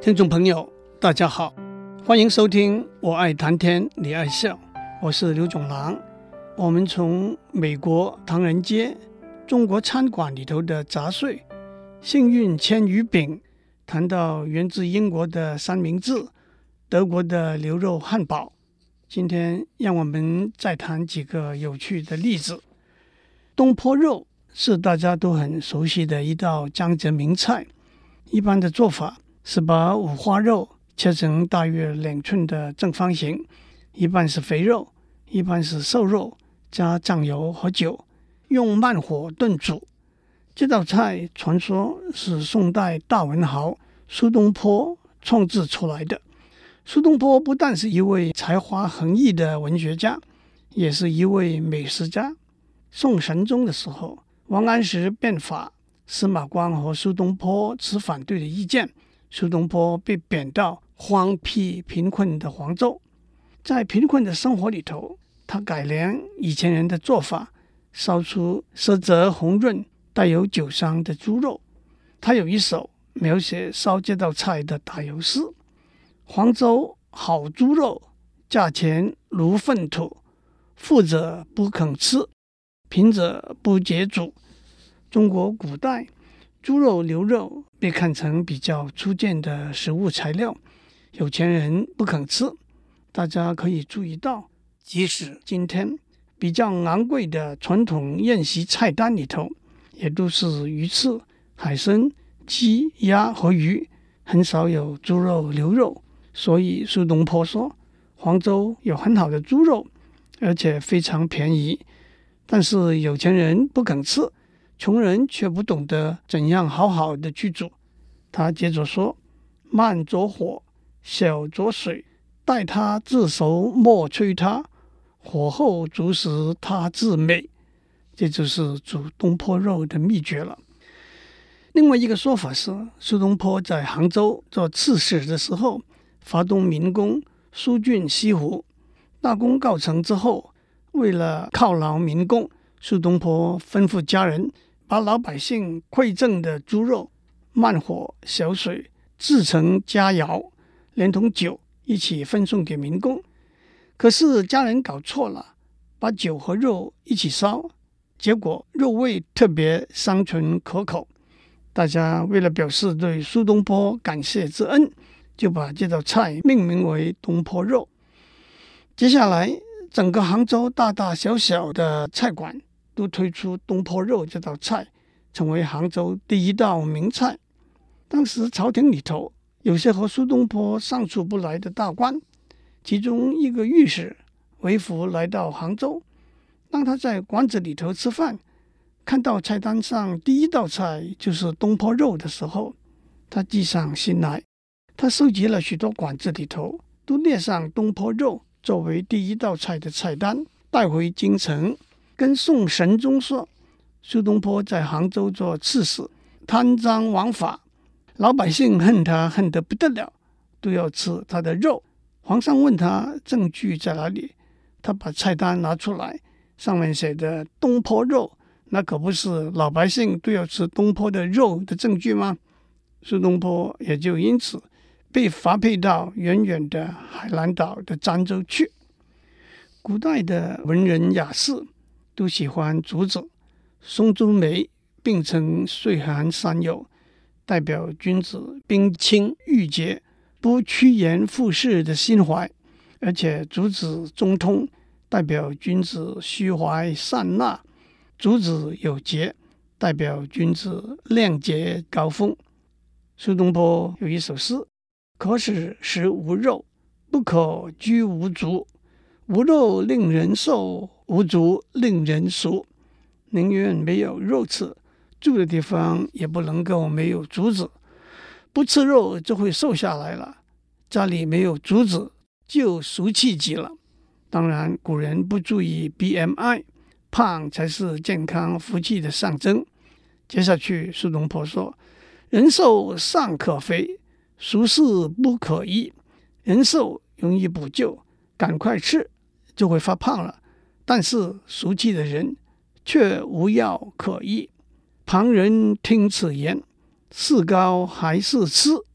听众朋友大家好，欢迎收听我爱谈天你爱笑，我是刘总郎。我们从美国唐人街中国餐馆里头的杂碎、幸运千鱼饼，谈到源自英国的三明治、德国的牛肉汉堡。今天让我们再谈几个有趣的例子。东坡肉是大家都很熟悉的一道江浙名菜，一般的做法是把五花肉切成大约2寸的正方形，一半是肥肉，一半是瘦肉，加酱油和酒，用慢火炖煮。这道菜传说是宋代大文豪苏东坡创制出来的。苏东坡不但是一位才华横溢的文学家，也是一位美食家。宋神宗的时候，王安石变法，司马光和苏东坡持反对的意见，苏东坡被贬到荒僻贫困的黄州。在贫困的生活里头，他改良以前人的做法，烧出色泽红润带有酒香的猪肉。他有一首描写烧这道菜的打油诗：黄州好猪肉，价钱如粪土，富者不肯吃，贫者不解煮。中国古代猪肉、牛肉被看成比较粗贱的食物材料，有钱人不肯吃。大家可以注意到，即使今天比较昂贵的传统宴席菜单里头，也都是鱼翅、海参、鸡、鸭和鱼，很少有猪肉、牛肉。所以苏东坡说，黄州有很好的猪肉，而且非常便宜，但是有钱人不肯吃，穷人却不懂得怎样好好的去煮。他接着说：慢着火，小着水，待它自熟莫催它，火候足时它自美。这就是煮东坡肉的秘诀了。另外一个说法是，苏东坡在杭州做刺史的时候，发动民工疏浚西湖。大功告成之后，为了犒劳民工，苏东坡吩咐家人把老百姓馈赠的猪肉慢火小水制成佳肴，连同酒一起分送给民工。可是家人搞错了，把酒和肉一起烧，结果肉味特别香醇可口。大家为了表示对苏东坡感谢之恩，就把这道菜命名为东坡肉。接下来整个杭州大大小小的菜馆都推出东坡肉这道菜，成为杭州第一道名菜。当时朝廷里头有些和苏东坡相处不来的大官，其中一个御史韦福来到杭州，当他在馆子里头吃饭，看到菜单上第一道菜就是东坡肉的时候，他计上心来。他收集了许多馆子里头都列上东坡肉作为第一道菜的菜单，带回京城，跟宋神宗说，苏东坡在杭州做刺史，贪赃枉法，老百姓恨他恨得不得了，都要吃他的肉。皇上问他证据在哪里，他把菜单拿出来，上面写的东坡肉，那可不是老百姓都要吃东坡的肉的证据吗？苏东坡也就因此被发配到远远的海南岛的漳州去。古代的文人雅士都喜欢竹子，松竹梅并称岁寒三友，代表君子冰清玉洁、不趋炎附势的心怀；而且竹子中通，代表君子虚怀善纳；竹子有节，代表君子亮节高风。苏东坡有一首诗：可使食无肉，不可居无竹。无肉令人瘦，无竹令人俗。宁愿没有肉吃，住的地方也不能够没有竹子。不吃肉就会瘦下来了，家里没有竹子就俗气极了。当然，古人不注意 BMI， 胖才是健康福气的象征。接下去苏东坡说：人瘦尚可肥，俗事不可医。人瘦容易补救，赶快吃就会发胖了，但是俗气的人却无药可医。旁人听此言，是高还是吃，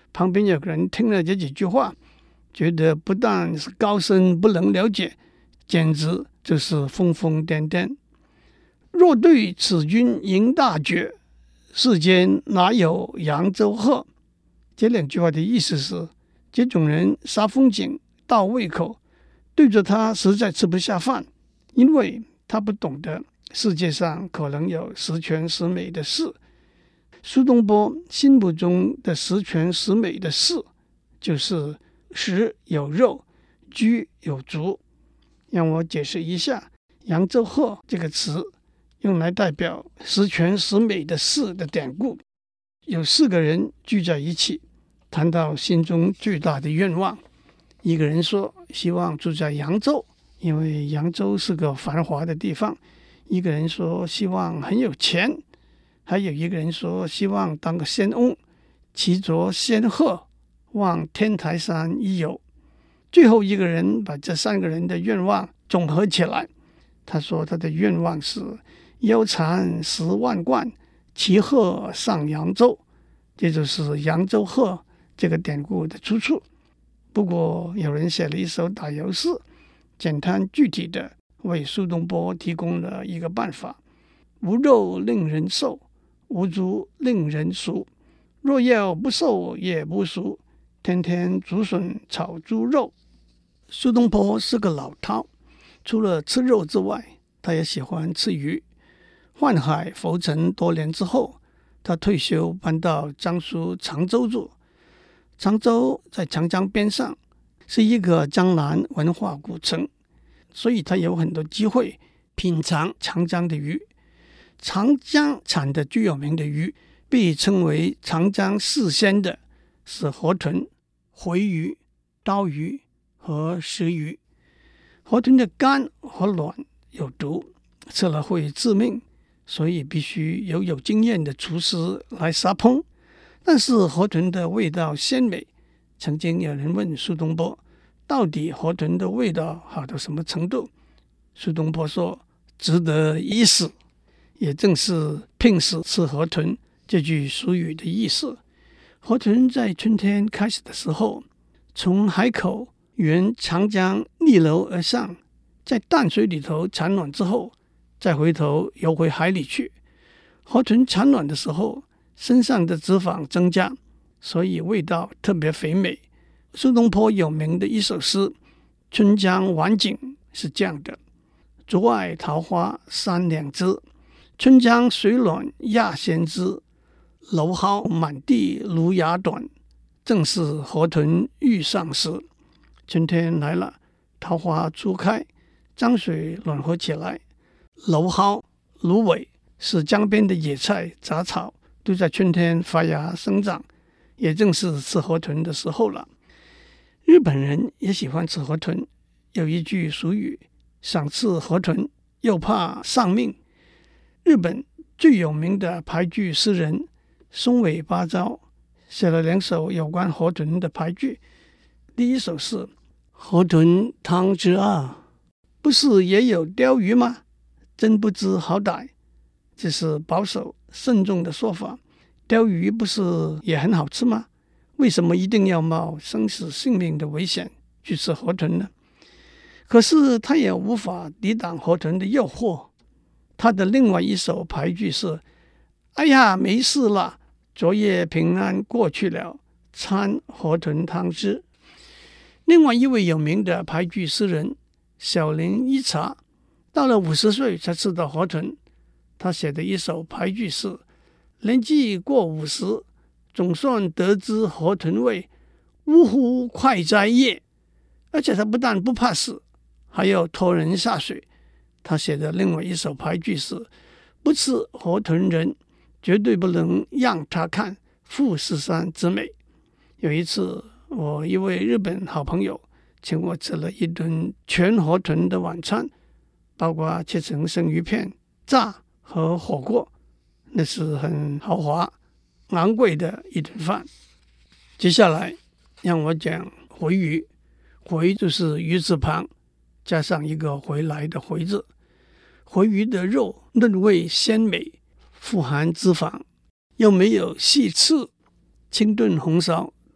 旁边有个人听了这几句话，觉得不但是高深不能了解，简直就是疯疯癫癫。若对此君迎大爵，世间哪有扬州鹤？这两句话的意思是，这种人杀风景倒胃口，对着他实在吃不下饭，因为他不懂得世界上可能有十全十美的事。苏东坡心目中的十全十美的事，就是食有肉，居有足。让我解释一下扬州鹤这个词用来代表十全十美的事的典故。有4个人聚在一起，谈到心中最大的愿望。一个人说希望住在扬州，因为扬州是个繁华的地方。一个人说希望很有钱，还有一个人说希望当个仙翁，骑着仙鹤往天台山一游。最后一个人把这3个人的愿望总合起来，他说他的愿望是腰缠10万贯，骑鹤上扬州。这就是扬州鹤这个典故的出处。不过有人写了一首打油诗，简单具体的为苏东坡提供了一个办法：无肉令人瘦，无足令人熟。若要不瘦也不熟，天天竹笋炒猪肉。苏东坡是个老饕，除了吃肉之外，他也喜欢吃鱼。宦海浮沉多年之后，他退休搬到江苏常州住。常州在长江边上，是一个江南文化古城，所以他有很多机会品尝长江的鱼。长江产的最有名的鱼，被称为长江4鲜的是河豚、回鱼、刀鱼和石鱼。河豚的肝和卵有毒，吃了会致命，所以必须有经验的厨师来杀烹。但是河豚的味道鲜美，曾经有人问苏东坡，到底河豚的味道好到什么程度？苏东坡说，值得一试。也正是聘死吃河豚这句俗语的意思。河豚在春天开始的时候，从海口沿长江逆流而上，在淡水里头产卵之后，再回头游回海里去。河豚产卵的时候，身上的脂肪增加，所以味道特别肥美。苏东坡有名的一首诗《春江晚景》是这样的：竹外桃花三两枝，春江水暖鸭先知。蒌蒿满地芦芽短，正是河豚欲上时。春天来了，桃花初开，江水暖和起来。蒌蒿、芦苇是江边的野菜杂草，都在春天发芽生长，也正是吃河豚的时候了。日本人也喜欢吃河豚，有一句俗语：想吃河豚，又怕丧命。日本最有名的俳句诗人松尾芭蕉写了2首有关河豚的俳句。第一首是：河豚汤汁啊，不是也有鲷鱼吗？真不知好歹。这是保守慎重的说法。鲷鱼不是也很好吃吗？为什么一定要冒生死性命的危险去吃河豚呢？可是他也无法抵挡河豚的诱惑。他的另外一首俳句是：哎呀，没事了，昨夜平安过去了，掺河豚汤汁。另外一位有名的俳句诗人小林一茶，到了50岁才吃到河豚。他写的一首俳句是：年纪过50，总算得知河豚味，呜呼快哉耶！而且他不但不怕死，还要拖人下水。他写的另外一首俳句是：不吃河豚人，绝对不能让他看富士山之美。有一次，我一位日本好朋友请我吃了一顿全河豚的晚餐，包括切成生鱼片、炸和火锅，那是很豪华昂贵的一顿饭。接下来让我讲回鱼。回就是鱼字旁加上一个回来的回字。回鱼的肉嫩味鲜美，富含脂肪，又没有细刺，清炖红烧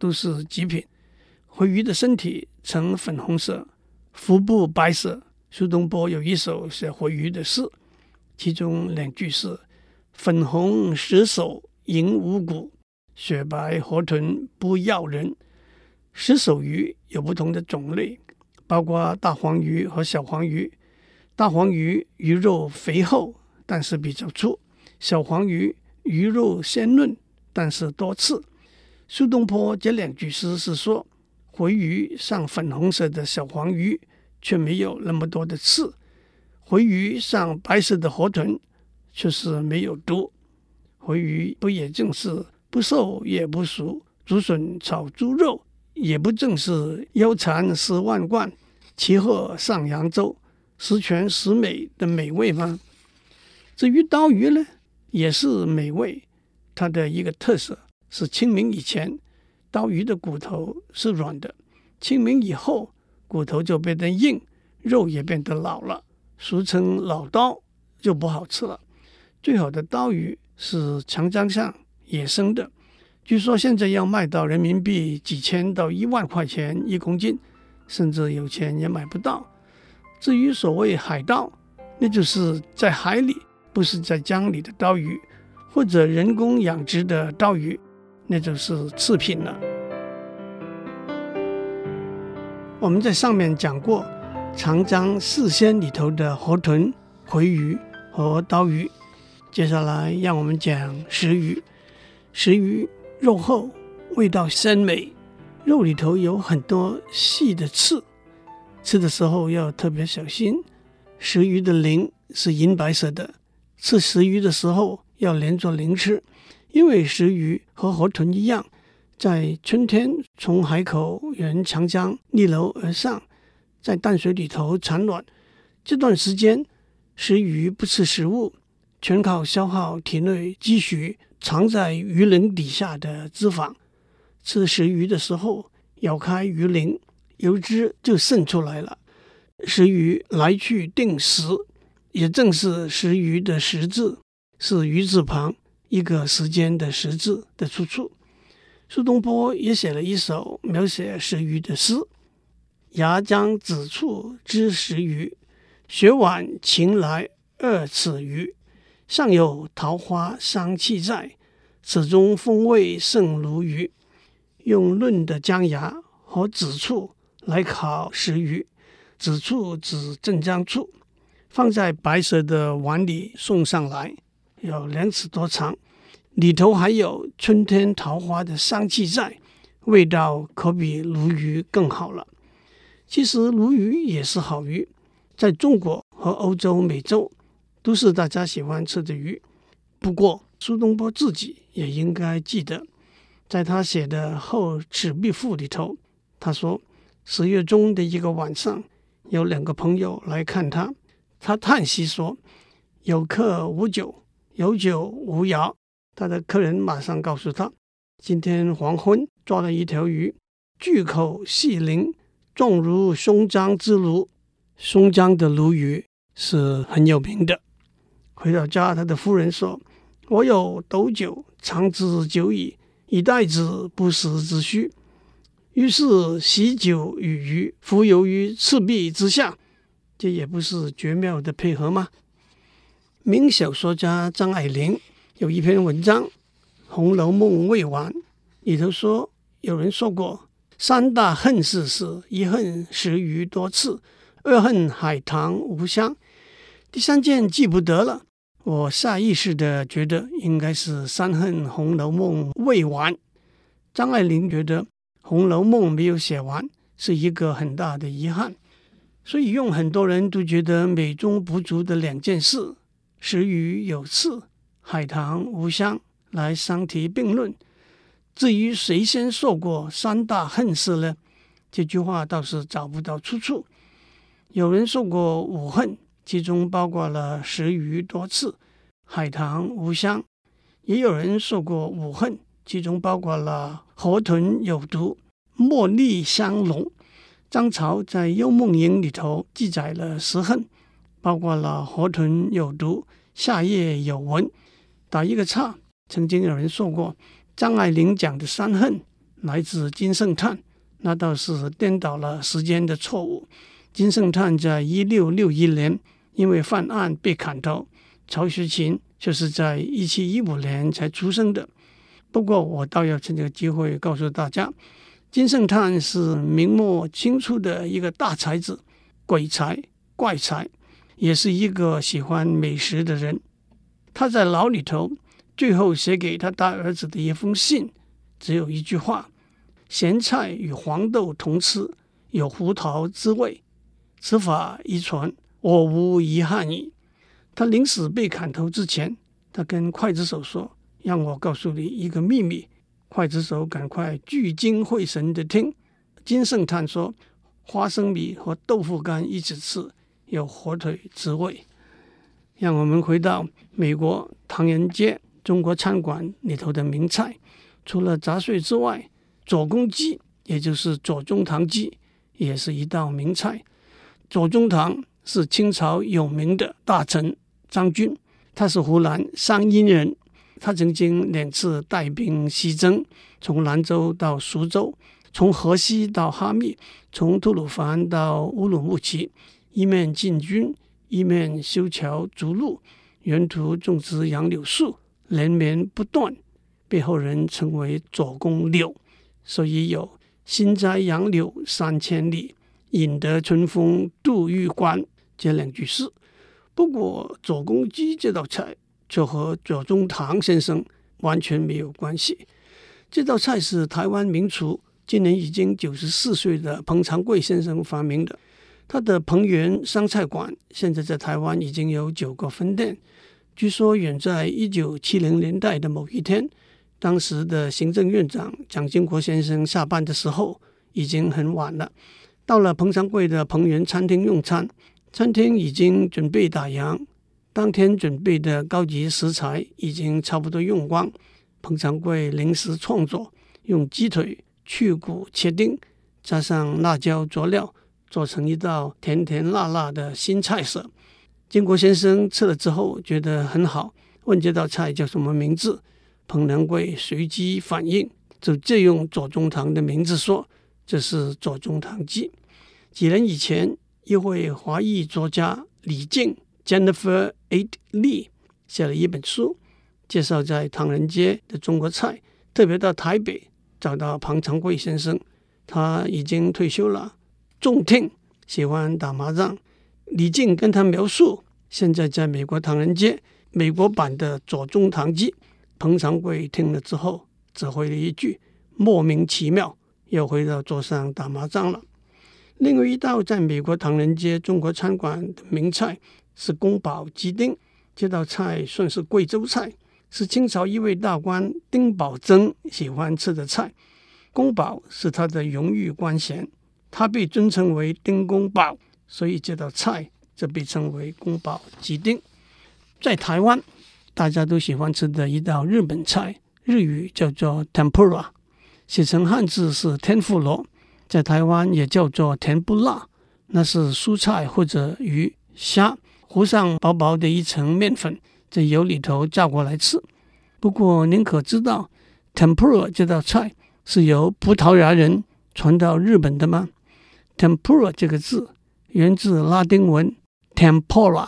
都是极品。回鱼的身体呈粉红色，腹部白色。苏东坡有一首写回鱼的诗，其中2句是粉红石首银无骨，雪白河豚不要人。石首鱼有不同的种类，包括大黄鱼和小黄鱼。大黄鱼鱼肉肥厚，但是比较粗；小黄鱼鱼肉鲜嫩，但是多刺。苏东坡这2句诗是说，回鱼像粉红色的小黄鱼，却没有那么多的刺；回鱼像白色的河豚，却是没有毒。回鱼不也正是不瘦也不熟，竹笋炒猪肉，也不正是腰缠10万贯，骑鹤上扬州，十全十美的美味吗？至于刀鱼呢，也是美味。它的一个特色是清明以前刀鱼的骨头是软的，清明以后骨头就变得硬，肉也变得老了，俗称老刀，就不好吃了。最好的刀鱼是长江上野生的，据说现在要卖到人民币几千到1万块钱1公斤，甚至有钱也买不到。至于所谓海刀，那就是在海里，不是在江里的刀鱼，或者人工养殖的刀鱼，那就是次品了。我们在上面讲过长江4鲜里头的河豚、回鱼和刀鱼，接下来让我们讲石鱼。石鱼肉厚，味道鲜美，肉里头有很多细的刺，吃的时候要特别小心。石鱼的鳞是银白色的，吃石鱼的时候要连着鳞吃，因为石鱼和河豚一样，在春天从海口沿长江逆流而上，在淡水里头产卵。这段时间石鱼不吃食物，全靠消耗体内积蓄藏在鱼鳞底下的脂肪。吃石鱼的时候咬开鱼鳞，油脂就渗出来了。石鱼来去定时，也正是石鱼的石字是鱼字旁一个时间的时字的出处。苏东坡也写了一首描写石鱼的诗：牙将子处知石鱼，雪晚晴来2尺余。上有桃花香气在，此中风味胜鲈鱼。用嫩的姜芽和子处来烤石鱼，子处指镇江处，放在白色的碗里送上来，有2尺多长，里头还有春天桃花的香气在，味道可比鲈鱼更好了。其实鲈鱼也是好鱼，在中国和欧洲、美洲都是大家喜欢吃的鱼。不过苏东坡自己也应该记得，在他写的《后赤壁赋》里头，他说10月中的一个晚上，有2个朋友来看他，他叹息说：有客无酒，有酒无肴。他的客人马上告诉他，今天黄昏抓了一条鱼，巨口细鳞，状如松江之鲈。松江的鲈鱼是很有名的。回到家，他的夫人说：我有斗酒，藏之久矣，以待之不时之需。于是喜酒与鱼浮游于赤壁之下，这也不是绝妙的配合吗？名小说家张爱玲有一篇文章《红楼梦未完》，里头说，有人说过3大恨事是：一恨石鱼多刺，2恨海棠无香。第3件记不得了，我下意识的觉得应该是3恨红楼梦未完。张爱玲觉得红楼梦没有写完是一个很大的遗憾，所以用很多人都觉得美中不足的2件事，石鱼有刺，海棠无香，来相提并论。至于谁先说过3大恨事呢？这句话倒是找不到出处。有人说过5恨，其中包括了石鱼多刺，海棠无香；也有人说过5恨，其中包括了河豚有毒，茉莉香浓。张潮在《幽梦吟》里头记载了10恨，包括了河豚有毒，夏夜有蚊。打一个岔，曾经有人说过张爱玲讲的3恨来自金圣叹，那倒是颠倒了时间的错误。金圣叹在1661年因为犯案被砍头，曹雪芹就是在1715年才出生的。不过我倒要趁这个机会告诉大家，金圣叹是明末清初的一个大才子，鬼才怪才，也是一个喜欢美食的人。他在牢里头最后写给他大儿子的一封信只有一句话：咸菜与黄豆同吃，有胡桃之味，此法一传，我无遗憾矣。他临死被砍头之前，他跟刽子手说，让我告诉你一个秘密。刽子手赶快聚精会神地听。金圣叹说，花生米和豆腐干一起吃，有火腿之味。让我们回到美国唐人街中国餐馆里头的名菜，除了杂碎之外，左公鸡也就是左宗棠鸡也是一道名菜。左宗棠是清朝有名的大臣张军，他是湖南商阴人，他曾经2次带兵西征，从兰州到苏州，从河西到哈密，从吐鲁番到乌鲁木齐，一面进军，一面修桥筑路，沿途种植杨柳树，连绵不断，被后人称为左公柳。所以有新栽杨柳3000里，引得春风度玉关这2句诗。不过左公鸡这道菜却和左宗棠先生完全没有关系。这道菜是台湾名厨，今年已经94岁的彭长贵先生发明的。他的彭园湘菜馆现在在台湾已经有9个分店。据说远在1970年代的某一天，当时的行政院长蒋经国先生下班的时候已经很晚了，到了彭长贵的彭园餐厅用餐，餐厅已经准备打烊，当天准备的高级食材已经差不多用光。彭长贵临时创作，用鸡腿去骨切丁，加上辣椒佐料，做成一道甜甜辣辣的新菜色。经国先生吃了之后觉得很好，问这道菜叫什么名字。彭长贵随机反应，就借用左宗棠的名字说，这是左宗棠鸡。几年以前，一位华裔作家李静 Jennifer A. Lee 写了一本书，介绍在唐人街的中国菜，特别到台北找到彭长贵先生。他已经退休了，重听，喜欢打麻将。李静跟他描述现在在美国唐人街美国版的左宗棠鸡。彭长贵听了之后只回了一句莫名其妙，又回到桌上打麻将了。另外一道在美国唐人街中国餐馆的名菜是宫保鸡丁，这道菜算是贵州菜，是清朝一位大官丁宝桢喜欢吃的菜。宫保是他的荣誉官衔，他被尊称为丁公保，所以这道菜就被称为宫保鸡丁。在台湾大家都喜欢吃的一道日本菜，日语叫做 tempura， 写成汉字是天妇罗，在台湾也叫做甜不辣，那是蔬菜或者鱼虾糊上薄薄的一层面粉，在油里头炸过来吃。不过您可知道 tempura 这道菜是由葡萄牙人传到日本的吗？ tempura 这个字源自拉丁文 tempora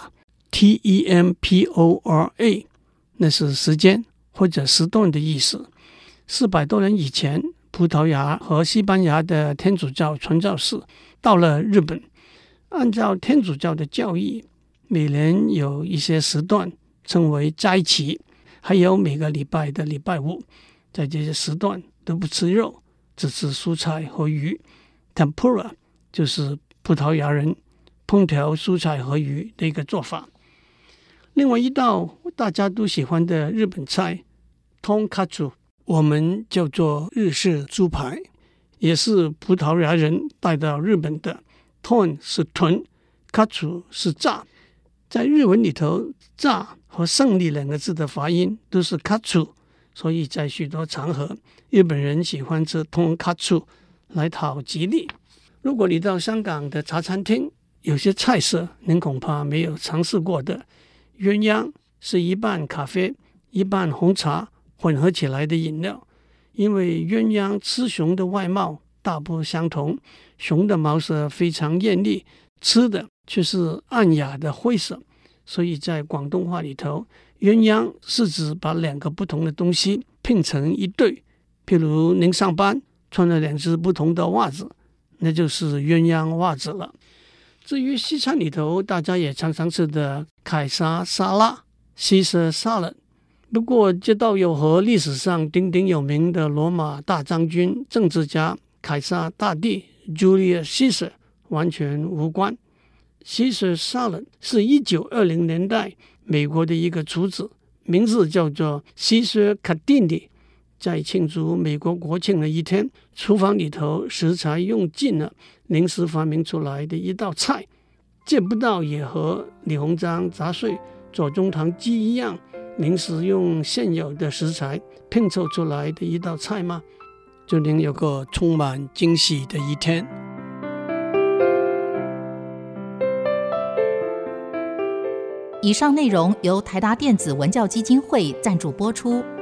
T-E-M-P-O-R-A， 那是时间或者时段的意思。400多年以前，葡萄牙和西班牙的天主教传教士到了日本，按照天主教的教义，每年有一些时段称为斋期，还有每个礼拜的礼拜五，在这些时段都不吃肉，只吃蔬菜和鱼。 Tempura 就是葡萄牙人烹调蔬菜和鱼的一个做法。另外一道大家都喜欢的日本菜 Tonkatsu， 我们叫做日式猪排，也是葡萄牙人带到日本的。 Ton 是豚， Katsu 是炸。在日文里头，炸和胜利2个字的发音都是 Katsu， 所以在许多场合日本人喜欢吃 Tonkatsu 来讨吉利。如果你到香港的茶餐厅，有些菜色您恐怕没有尝试过的。鸳鸯是一半咖啡一半红茶混合起来的饮料， 因为鸳鸯雌雄的外貌大不相同，雄的毛色非常艳丽，雌的却是暗哑的灰色，所以在广东话里头，鸳鸯是指把两个不同的东西拼成一对。譬如您上班穿了两只不同的袜子，那就是鸳鸯袜子了。至于西餐里头，大家也常常吃的凯撒沙拉 Caesar salad， 不过这道又和历史上鼎鼎有名的罗马大将军、政治家凯撒大帝 Julius Caesar 完全无关。Caesar salad 是1920年代美国的一个厨子，名字叫做 Caesar Cardini， 在庆祝美国国庆的一天，厨房里头食材用尽了，临时发明出来的一道菜。这不道也和李鸿章杂碎、左宗棠鸡一样，临时用现有的食材拼凑出来的一道菜吗？祝您有个充满惊喜的一天。 以上内容由台达电子文教基金会赞助播出。